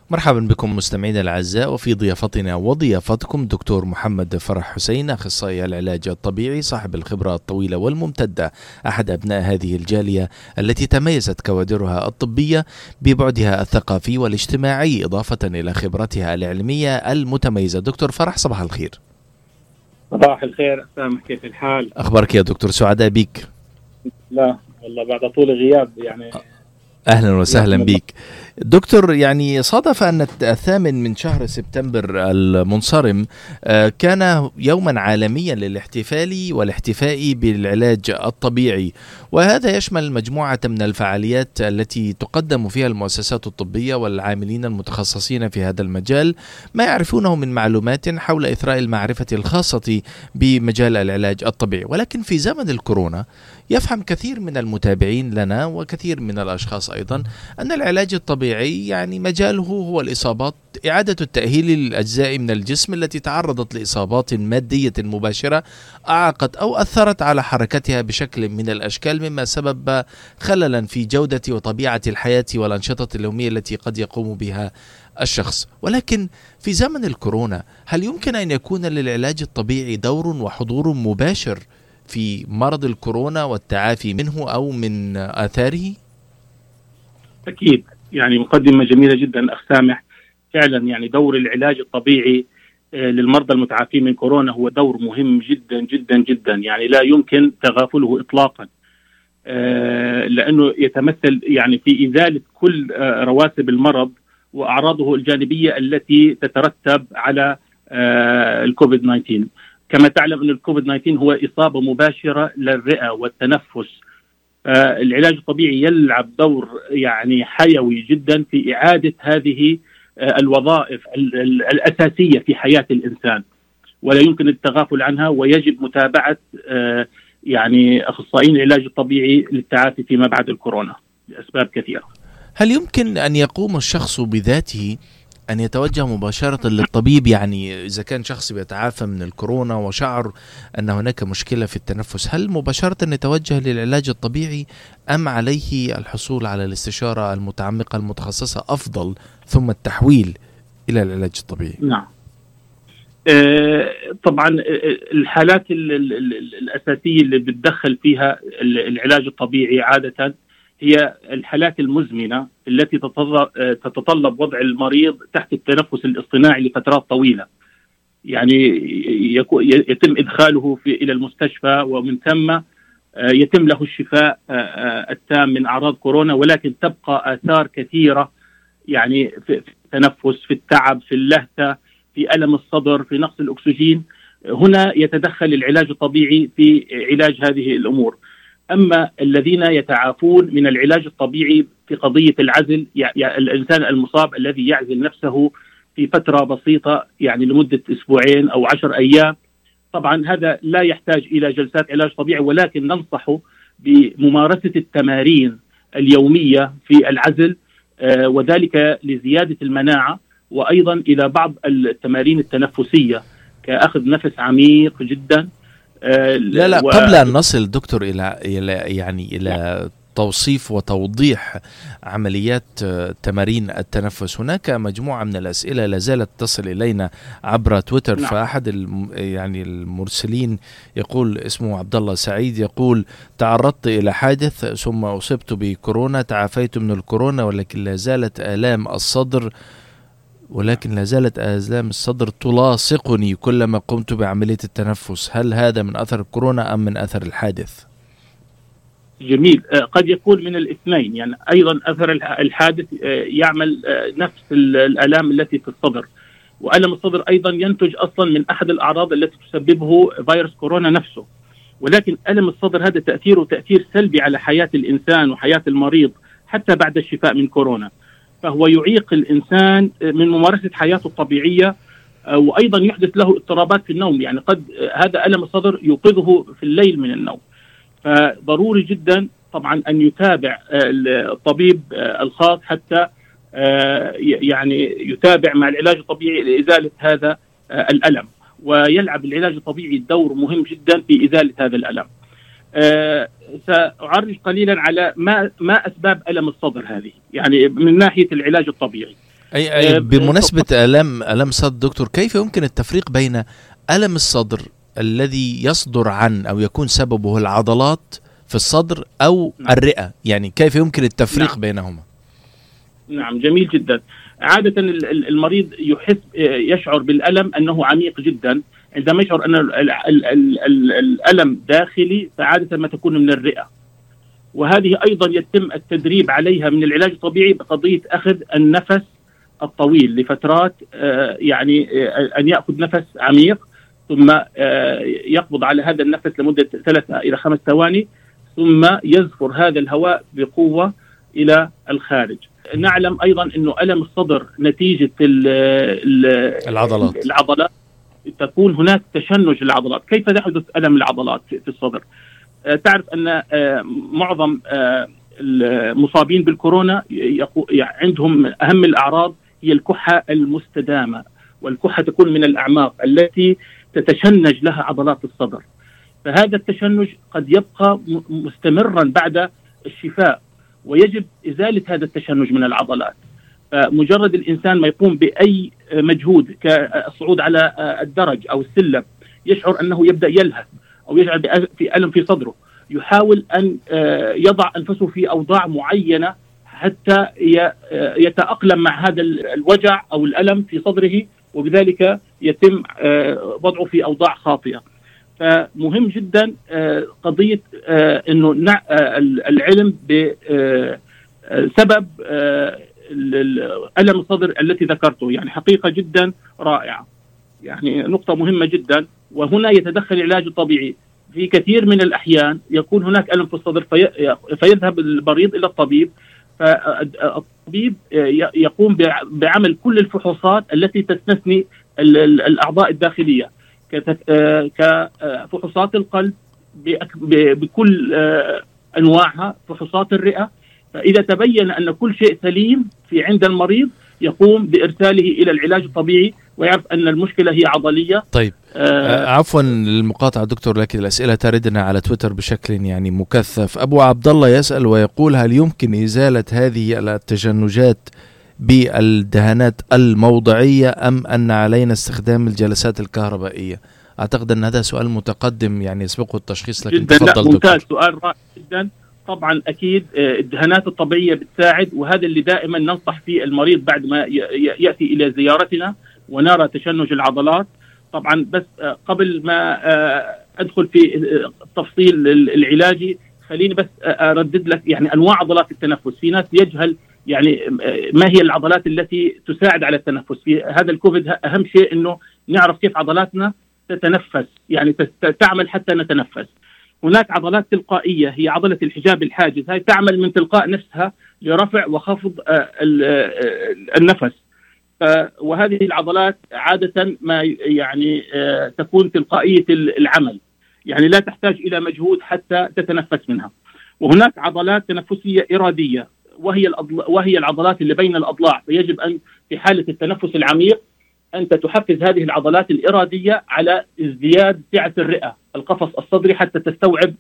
مرحبا بكم مستمعينا الأعزاء، وفي ضيافتنا وضيافتكم دكتور محمد فرح حسين، أخصائي العلاج الطبيعي صاحب الخبرة الطويلة والممتدة، أحد أبناء هذه الجالية التي تميزت كوادرها الطبية ببعدها الثقافي والاجتماعي إضافة إلى خبرتها العلمية المتميزة. دكتور فرح، صباح الخير. صباح الخير سامح، كيف الحال؟ أخبارك يا دكتور؟ سعداء بك. لا والله بعد طول غياب يعني. أهلا وسهلا بك دكتور. يعني صادف أن 8 شهر سبتمبر المنصرم كان يوما عالميا للاحتفال والاحتفاء بالعلاج الطبيعي، وهذا يشمل مجموعة من الفعاليات التي تقدم فيها المؤسسات الطبية والعاملين المتخصصين في هذا المجال ما يعرفونه من معلومات حول إثراء المعرفة الخاصة بمجال العلاج الطبيعي. ولكن في زمن الكورونا يفهم كثير من المتابعين لنا وكثير من الأشخاص أيضا أن العلاج الطبيعي يعني مجاله هو الإصابات، إعادة التأهيل للأجزاء من الجسم التي تعرضت لإصابات مادية مباشرة أعاقت أو أثرت على حركتها بشكل من الأشكال، مما سبب خللا في جودة وطبيعة الحياة والأنشطة اليومية التي قد يقوم بها الشخص. ولكن في زمن الكورونا هل يمكن أن يكون للعلاج الطبيعي دور وحضور مباشر في مرض الكورونا والتعافي منه أو من آثاره؟ أكيد، يعني مقدمة جميلة جدا أخ سامح. فعلا يعني دور العلاج الطبيعي للمرضى المتعافين من كورونا هو دور مهم جدا جدا جدا، يعني لا يمكن تغافله إطلاقا، لأنه يتمثل يعني في إزالة كل رواسب المرض وأعراضه الجانبية التي تترتب على الكوفيد 19. كما تعلم أن الكوفيد 19 هو إصابة مباشرة للرئة والتنفس. العلاج الطبيعي يلعب دور يعني حيوي جدا في إعادة هذه الوظائف الأساسية في حياة الإنسان، ولا يمكن التغافل عنها، ويجب متابعة يعني أخصائيين العلاج الطبيعي للتعافي فيما بعد الكورونا لأسباب كثيرة. هل يمكن أن يقوم الشخص بذاته أن يتوجه مباشرة للطبيب؟ يعني إذا كان شخص بيتعافى من الكورونا وشعر أن هناك مشكلة في التنفس، هل مباشرة يتوجه للعلاج الطبيعي أم عليه الحصول على الاستشارة المتعمقة المتخصصة أفضل ثم التحويل إلى العلاج الطبيعي؟ نعم، طبعا الحالات الأساسية اللي بتدخل فيها العلاج الطبيعي عادة هي الحالات المزمنة التي تتطلب وضع المريض تحت التنفس الاصطناعي لفترات طويلة، يعني يتم إدخاله إلى المستشفى ومن ثم يتم له الشفاء التام من أعراض كورونا، ولكن تبقى آثار كثيرة يعني في التنفس، في التعب، في اللهثة، في ألم الصدر، في نقص الأكسجين. هنا يتدخل العلاج الطبيعي في علاج هذه الأمور. أما الذين يتعافون من العلاج الطبيعي في قضية العزل، يعني الإنسان المصاب الذي يعزل نفسه في فترة بسيطة يعني لمدة أسبوعين أو 10 أيام، طبعا هذا لا يحتاج إلى جلسات علاج طبيعي، ولكن ننصحه بممارسة التمارين اليومية في العزل، وذلك لزيادة المناعة، وأيضا إلى بعض التمارين التنفسية كأخذ نفس عميق جدا. لا قبل أن نصل دكتور إلى توصيف وتوضيح عمليات تمارين التنفس، هناك مجموعة من الأسئلة لا زالت تصل إلينا عبر تويتر. نعم. فأحد المرسلين يقول، اسمه عبد الله سعيد، يقول: تعرضت إلى حادث ثم أصبت بكورونا، تعافيت من الكورونا ولكن لا زالت آلام الصدر تلاصقني كلما قمت بعملية التنفس. هل هذا من أثر الكورونا أم من أثر الحادث؟ جميل، قد يكون من الاثنين، يعني أيضا أثر الحادث يعمل نفس الآلام التي في الصدر، وألم الصدر أيضا ينتج أصلا من أحد الأعراض التي تسببه فيروس كورونا نفسه. ولكن ألم الصدر هذا تأثيره تأثير سلبي على حياة الإنسان وحياة المريض حتى بعد الشفاء من كورونا، فهو يعيق الإنسان من ممارسة حياته الطبيعية، وأيضا يحدث له اضطرابات في النوم، يعني قد هذا ألم الصدر يوقظه في الليل من النوم. فضروري جدا طبعا أن يتابع الطبيب الخاص حتى يعني يتابع مع العلاج الطبيعي لإزالة هذا الألم، ويلعب العلاج الطبيعي دور مهم جدا في إزالة هذا الألم. سأعرج قليلا على ما أسباب ألم الصدر هذه، يعني من ناحية العلاج الطبيعي. أي بمناسبة ألم صدر دكتور، كيف يمكن التفريق بين ألم الصدر الذي يصدر عن أو يكون سببه العضلات في الصدر أو الرئة؟ يعني كيف يمكن التفريق بينهما؟ نعم، جميل جدا. عادة المريض يشعر بالألم أنه عميق جدا. عندما يشعر أن الألم داخلي فعادة ما تكون من الرئة، وهذه أيضا يتم التدريب عليها من العلاج الطبيعي بقضية أخذ النفس الطويل لفترات، يعني أن يأخذ نفس عميق ثم يقبض على هذا النفس لمدة 3 إلى 5 ثواني ثم يزفر هذا الهواء بقوة إلى الخارج. نعلم أيضا أنه ألم الصدر نتيجة العضلات تكون هناك تشنج العضلات. كيف يحدث ألم العضلات في الصدر؟ تعرف أن معظم المصابين بالكورونا عندهم أهم الأعراض هي الكحة المستدامة، والكحة تكون من الأعماق التي تتشنج لها عضلات الصدر، فهذا التشنج قد يبقى مستمرا بعد الشفاء، ويجب إزالة هذا التشنج من العضلات. فمجرد الإنسان ما يقوم بأي مجهود كالصعود على الدرج أو السلم يشعر أنه يبدأ يلهث أو يشعر في ألم في صدره، يحاول أن يضع أنفسه في أوضاع معينة حتى يتأقلم مع هذا الوجع أو الألم في صدره، وبذلك يتم وضعه في أوضاع خاطئة. فمهم جدا قضية أنه العلم بسبب ألم الصدر التي ذكرته، يعني حقيقة جدا رائعة، يعني نقطة مهمة جدا. وهنا يتدخل العلاج الطبيعي. في كثير من الأحيان يكون هناك ألم في الصدر فيذهب المريض إلى الطبيب، فالطبيب يقوم بعمل كل الفحوصات التي تستثني الأعضاء الداخلية كفحوصات القلب بكل أنواعها، فحوصات الرئة. فإذا تبين أن كل شيء سليم عند المريض يقوم بإرساله إلى العلاج الطبيعي ويعرف أن المشكلة هي عضلية. طيب عفوا للمقاطعة دكتور، لكن الأسئلة تردنا على تويتر بشكل يعني مكثف. أبو عبد الله يسأل ويقول: هل يمكن إزالة هذه التشنجات بالدهانات الموضعية أم أن علينا استخدام الجلسات الكهربائية؟ أعتقد أن هذا سؤال متقدم يعني يسبقه التشخيص، لكن تفضل دكتور. ممتاز، سؤال رائع جدا. طبعا أكيد الدهانات الطبيعية بتساعد، وهذا اللي دائما ننصح فيه المريض بعد ما يأتي إلى زيارتنا ونرى تشنج العضلات. طبعا بس قبل ما أدخل في التفصيل العلاجي خليني بس أردد لك يعني أنواع عضلات التنفس. في ناس يجهل يعني ما هي العضلات التي تساعد على التنفس. في هذا الكوفيد أهم شيء أنه نعرف كيف عضلاتنا تتنفس، يعني تعمل حتى نتنفس. هناك عضلات تلقائية هي عضلة الحجاب الحاجز، هاي تعمل من تلقاء نفسها لرفع وخفض النفس. وهذه العضلات عادة ما يعني تكون تلقائية العمل، يعني لا تحتاج إلى مجهود حتى تتنفس منها. وهناك عضلات تنفسية إرادية وهي العضلات اللي بين الأضلاع، فيجب أن في حالة التنفس العميق أنت تحفز هذه العضلات الإرادية على ازدياد سعة الرئة القفص الصدري حتى تستوعب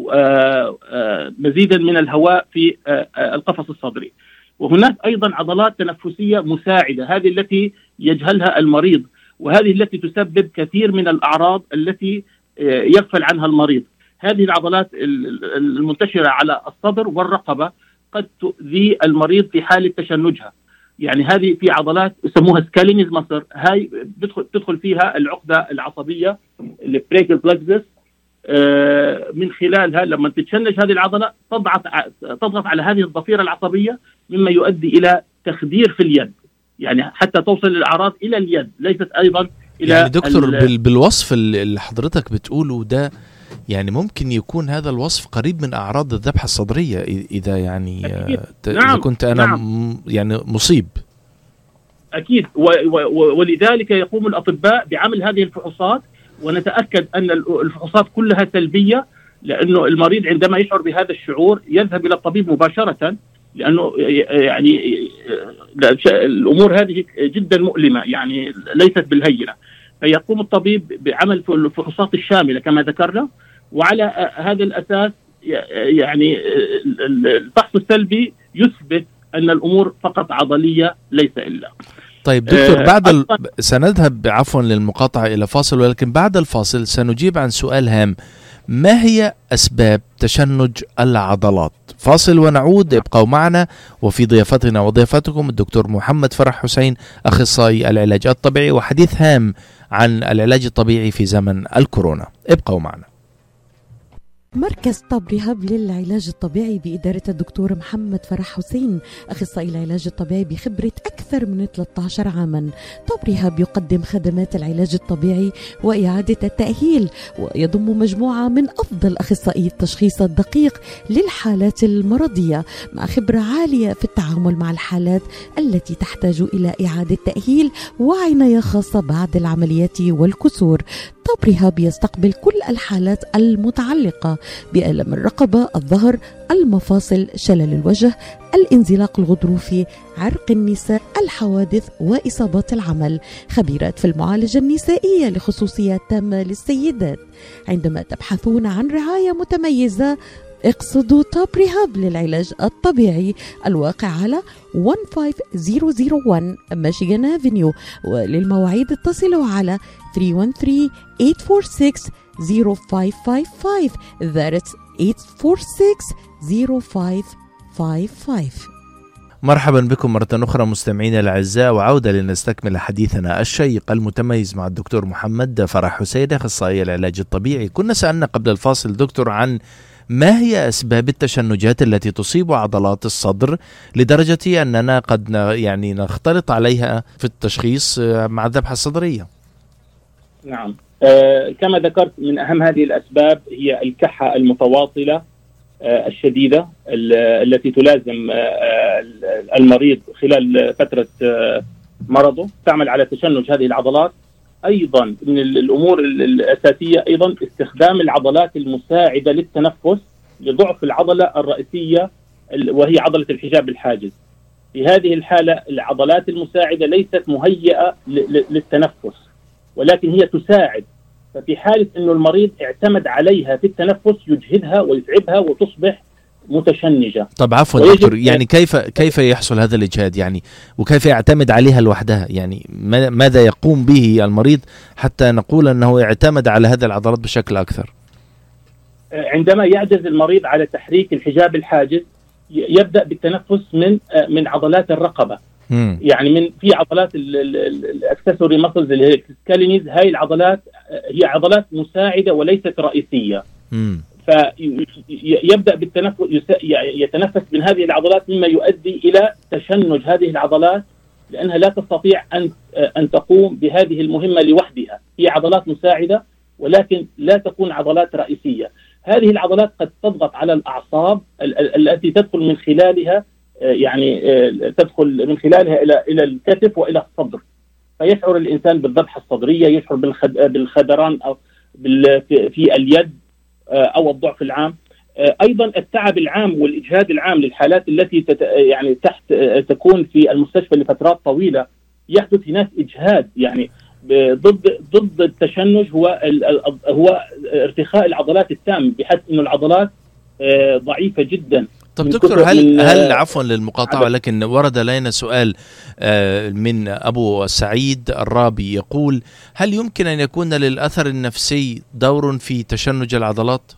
مزيدا من الهواء في القفص الصدري. وهناك أيضا عضلات تنفسية مساعدة، هذه التي يجهلها المريض، وهذه التي تسبب كثير من الأعراض التي يغفل عنها المريض. هذه العضلات المنتشرة على الصدر والرقبة قد تؤذي المريض في حالة تشنجها. يعني هذه في عضلات يسموها سكالينيز مصر، هاي تدخل فيها العقدة العصبية البريكل بلكسس. من خلالها لما تتشنج هذه العضلة تضغط على هذه الضفيرة العصبية، مما يؤدي إلى تخدير في اليد، يعني حتى توصل الأعراض إلى اليد، ليست أيضا إلى يعني دكتور بالوصف اللي حضرتك بتقوله ده، يعني ممكن يكون هذا الوصف قريب من أعراض الذبحة الصدرية إذا يعني إذا كنت أنا يعني مصيب. أكيد، ولذلك يقوم الأطباء بعمل هذه الفحوصات، ونتأكد أن الفحوصات كلها سلبية، لأنه المريض عندما يشعر بهذا الشعور يذهب إلى الطبيب مباشرة، لأنه يعني الأمور هذه جدا مؤلمة، يعني ليست بالهينة. فيقوم الطبيب بعمل الفحوصات الشاملة كما ذكرنا، وعلى هذا الأساس يعني الفحص السلبي يثبت أن الأمور فقط عضلية ليس إلا. طيب دكتور، سنذهب عفوا للمقاطعة إلى فاصل، ولكن بعد الفاصل سنجيب عن سؤال هام: ما هي أسباب تشنج العضلات؟ فاصل ونعود، ابقوا معنا. وفي ضيافتنا وضيافتكم الدكتور محمد فرح حسين، أخصائي العلاج الطبيعي، وحديث هام عن العلاج الطبيعي في زمن الكورونا. ابقوا معنا. مركز طب ريهاب للعلاج الطبيعي بإدارة الدكتور محمد فرح حسين، أخصائي العلاج الطبيعي بخبرة أكثر من 13 عاما. طب ريهاب يقدم خدمات العلاج الطبيعي وإعادة التأهيل، ويضم مجموعة من أفضل أخصائي التشخيص الدقيق للحالات المرضية، مع خبرة عالية في التعامل مع الحالات التي تحتاج إلى إعادة تأهيل وعناية خاصة بعد العمليات والكسور. طب ريهاب يستقبل كل الحالات المتعلقة بألم الرقبة، الظهر، المفاصل، شلل الوجه، الانزلاق الغضروفي، عرق النساء، الحوادث وإصابات العمل. خبيرات في المعالجة النسائية لخصوصيات تامة للسيدات. عندما تبحثون عن رعاية متميزة اقصدوا توب ريهاب للعلاج الطبيعي، الواقع على 15001 ميشيغان افنيو. وللمواعيد اتصلوا على 313-846-0555. That's 846-0555. مرحبا بكم مرة أخرى مستمعينا الأعزاء، وعودة لنستكمل حديثنا الشيق المتميز مع الدكتور محمد فرح حسين، أخصائي العلاج الطبيعي. كنا سألنا قبل الفاصل دكتور عن ما هي أسباب التشنجات التي تصيب عضلات الصدر لدرجة أننا قد نختلط عليها في التشخيص مع الذبحة الصدرية. نعم، كما ذكرت من أهم هذه الأسباب هي الكحة المتواصلة الشديدة التي تلازم المريض خلال فترة مرضه، تعمل على تشنج هذه العضلات. أيضا من الأمور الأساسية أيضا استخدام العضلات المساعدة للتنفس لضعف العضلة الرئيسية وهي عضلة الحجاب الحاجز. في هذه الحالة العضلات المساعدة ليست مهيئة للتنفس، ولكن هي تساعد. ففي حالة أنه المريض اعتمد عليها في التنفس يجهدها ويتعبها وتصبح متشنجة. طب عفوا دكتور، يعني كيف يحصل هذا الإجهاد يعني، وكيف يعتمد عليها لوحدها؟ يعني ماذا يقوم به المريض حتى نقول أنه يعتمد على هذه العضلات بشكل أكثر؟ عندما يعجز المريض على تحريك الحجاب الحاجز يبدأ بالتنفس من عضلات الرقبة. يعني في عضلات الاكسسوري ماسلز اللي هي السكالينيز، هاي العضلات هي عضلات مساعدة وليست رئيسية. فيبدأ بالتنفس، يتنفس من هذه العضلات، مما يؤدي إلى تشنج هذه العضلات، لأنها لا تستطيع أن تقوم بهذه المهمة لوحدها. هي عضلات مساعدة ولكن لا تكون عضلات رئيسية. هذه العضلات قد تضغط على الأعصاب التي تدخل من خلالها إلى الكتف وإلى الصدر، فيشعر الإنسان بالذبحة الصدرية، يشعر بالخدران أو في اليد أو الضعف العام. أيضا التعب العام والإجهاد العام للحالات التي تكون في المستشفى لفترات طويلة، يحدث هناك إجهاد يعني ضد التشنج، هو ارتخاء العضلات التام، بحيث أن العضلات ضعيفة جدا. طب دكتور، هل عفوا للمقاطعة، ولكن ورد لنا سؤال من أبو سعيد الرابي يقول: هل يمكن أن يكون للأثر النفسي دور في تشنج العضلات؟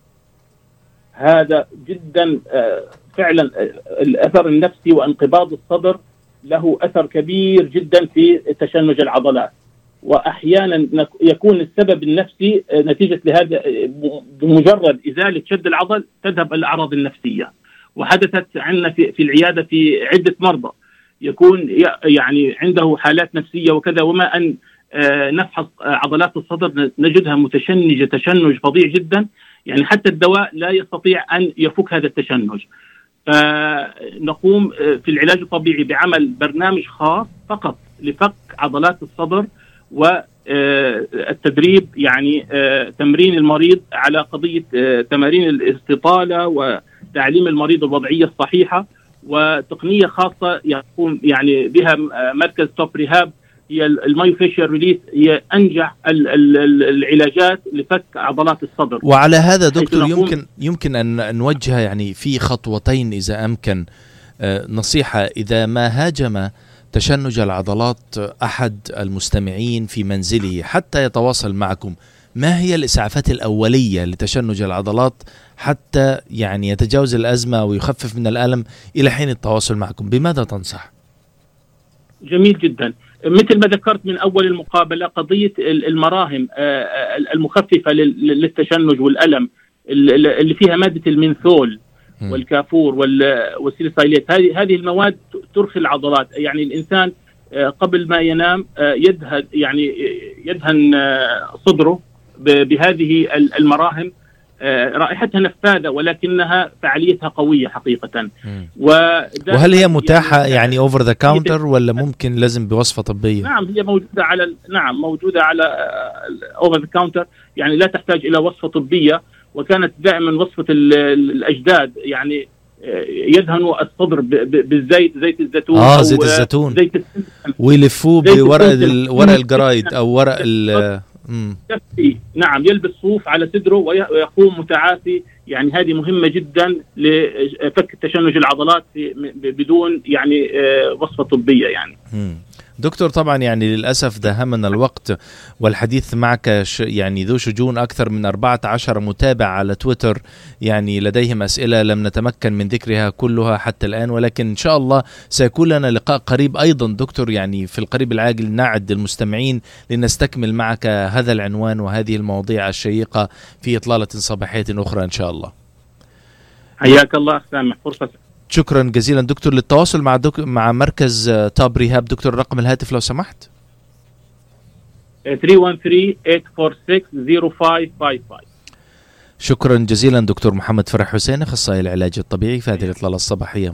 هذا جدا فعلا الأثر النفسي وانقباض الصدر له أثر كبير جدا في تشنج العضلات، وأحيانا يكون السبب النفسي نتيجة لهذا. بمجرد إزالة شد العضل تذهب الأعراض النفسية، وحدثت عندنا في العيادة في عدة مرضى يكون يعني عنده حالات نفسية وكذا، وما أن نفحص عضلات الصدر نجدها متشنجة تشنج فظيع جدا، يعني حتى الدواء لا يستطيع أن يفك هذا التشنج. فنقوم في العلاج الطبيعي بعمل برنامج خاص فقط لفك عضلات الصدر، والتدريب يعني تمرين المريض على قضية تمارين الاستطالة، وتعليم المريض الوضعية الصحيحة، وتقنية خاصة يقوم يعني بها مركز توب ريهاب، هي المايوفيشيال ريليس، هي أنجح العلاجات لفك عضلات الصدر. وعلى هذا دكتور يمكن أن نوجه يعني في خطوتين إذا أمكن نصيحة إذا ما هاجم تشنج العضلات أحد المستمعين في منزله حتى يتواصل معكم، ما هي الإسعافات الأولية لتشنج العضلات حتى يعني يتجاوز الأزمة ويخفف من الألم إلى حين التواصل معكم؟ بماذا تنصح؟ جميل جدا. مثل ما ذكرت من أول المقابلة، قضية المراهم المخففة للتشنج والألم اللي فيها مادة المنثول والكافور والسيليسايليت، هذه المواد ترخي العضلات. يعني الإنسان قبل ما ينام يدهن صدره بهذه المراهم، رائحتها نفاذة ولكنها فعاليتها قوية حقيقة. وهل هي متاحة يعني اوفر ذا كاونتر ولا ممكن لازم بوصفة طبية؟ نعم، هي موجودة على اوفر ذا كاونتر، يعني لا تحتاج إلى وصفة طبية. وكانت دائما وصفة الأجداد يعني يدهنوا الصدر بالزيت، زيت الزيتون، زيت الزيتون، ويلفوه بورق الجرايد أو ورق نعم، يلبس صوف على صدره ويقوم متعافي. يعني هذه مهمة جدا لفك تشنج العضلات بدون يعني وصفة طبية يعني. دكتور، طبعا يعني للأسف داهمنا الوقت والحديث معك يعني ذو شجون. أكثر من 14 متابع على تويتر يعني لديهم أسئلة لم نتمكن من ذكرها كلها حتى الآن، ولكن إن شاء الله سيكون لنا لقاء قريب أيضا دكتور، يعني في القريب العاجل نعد المستمعين لنستكمل معك هذا العنوان وهذه المواضيع الشيقة في إطلالة صباحية أخرى إن شاء الله. حياك الله سامح، فرصة. شكرا جزيلا دكتور. للتواصل مع مركز توب ريهاب دكتور، رقم الهاتف لو سمحت. 313-846-0555. شكرا جزيلا دكتور محمد فرح حسين، أخصائي العلاج الطبيعي في هذه الإطلالة الصباحية.